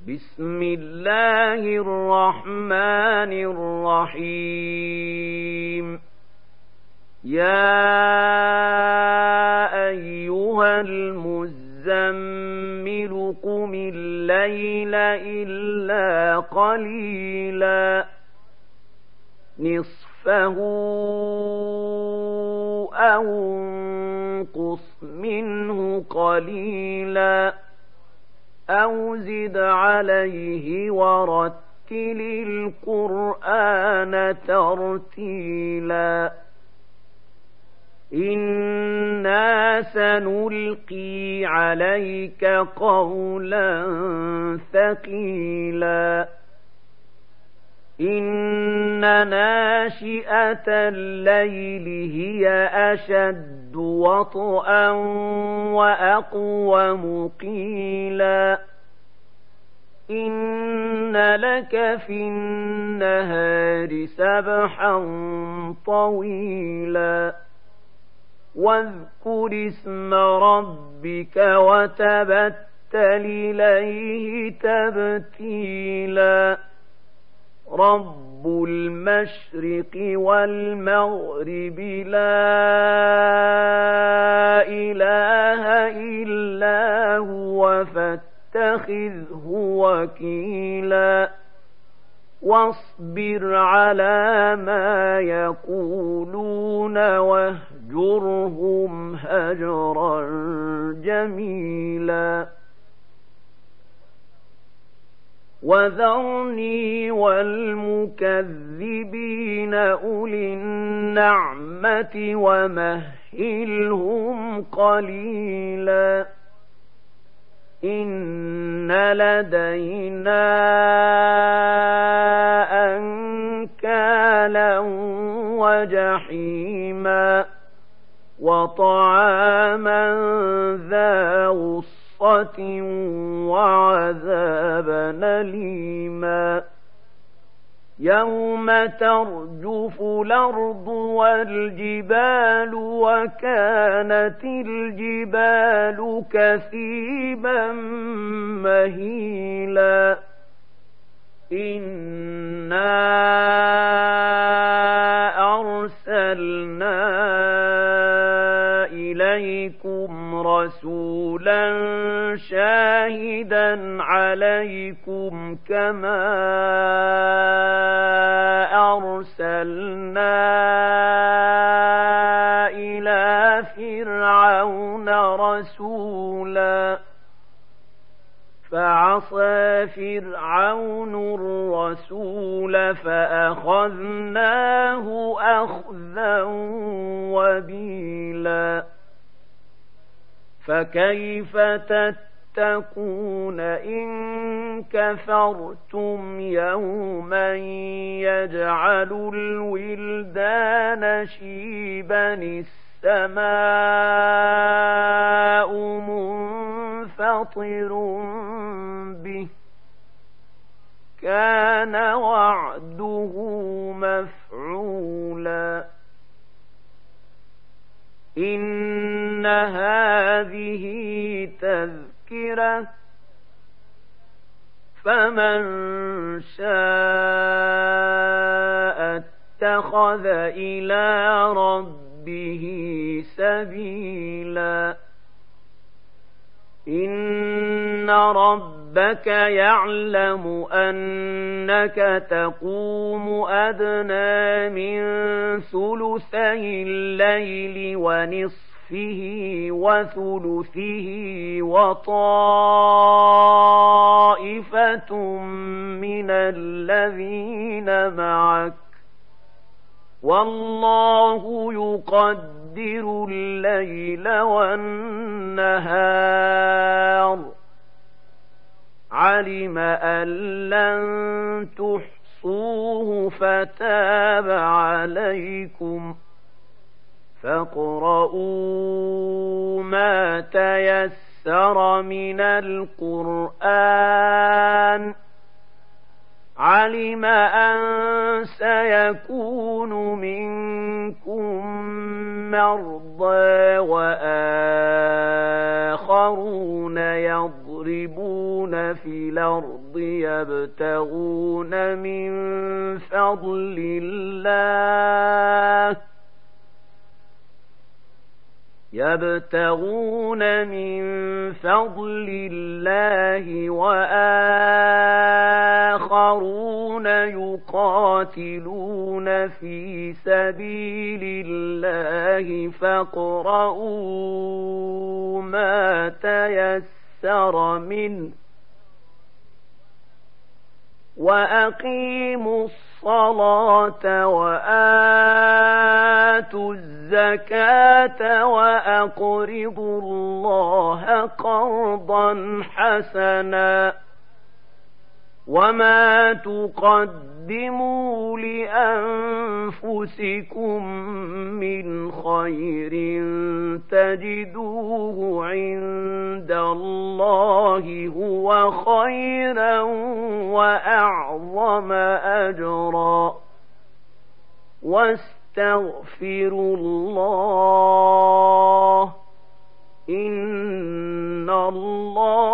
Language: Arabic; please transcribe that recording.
بسم الله الرحمن الرحيم. يا أيها المزمل قم الليل إلا قليلا نصفه أو انقص منه قليلا أو زد عليه ورتل القرآن ترتيلا إنا سنلقي عليك قولا ثقيلا إن ناشئة الليل هي أشد وطئا وأقوم قيلا إن لك في النهار سبحا طويلا واذكر اسم ربك وتبتل إليه تبتيلا رب المشرق والمغرب لا إله إلا هو فاتخذه وكيلا واصبر على ما يقولون واهجرهم هجرا جميلا وذرني والمكذبين أولي النعمة ومهلهم قليلا إن لدينا أنكالا وجحيما وطعاما ذا غصة وعذابا أليما يوم ترجف الأرض والجبال وكانت الجبال كثيبا مهيلا إنا أرسلنا إليكم رسولا شاهدا عليكم كما أرسلنا إلى فرعون رسولا فعصى فرعون الرسول فأخذناه أخذا وبيلا فكيف تتقون إن كفرتم يوما يجعل الولدان شيبا السماء منفطر به كان وعده مفعولا إن هذه تذكرة فمن شاء اتخذ إلى ربه سبيلا إن ربك يعلم أنك تقوم أدنى من ثلثي الليل ونصفه وثلثه وطائفة من الذين معك والله يقدر الليل والنهار علم أن لن تحصوه فتاب عليكم فاقرؤوا ما تيسر من القرآن علم أن سيكون منكم مرضى وآخرون يضربون في الأرض يبتغون من فضل الله وآخرون يقاتلون في سبيل الله فاقرؤوا ما تيسر منه وأقيموا الصلاة وآتوا الزكاة وأقرضوا الله قرضا حسنا وما تقدموا لأنفسكم من خير تجدوه عند الله هو خيرا وأعظم أجرا واستغفروا الله إن الله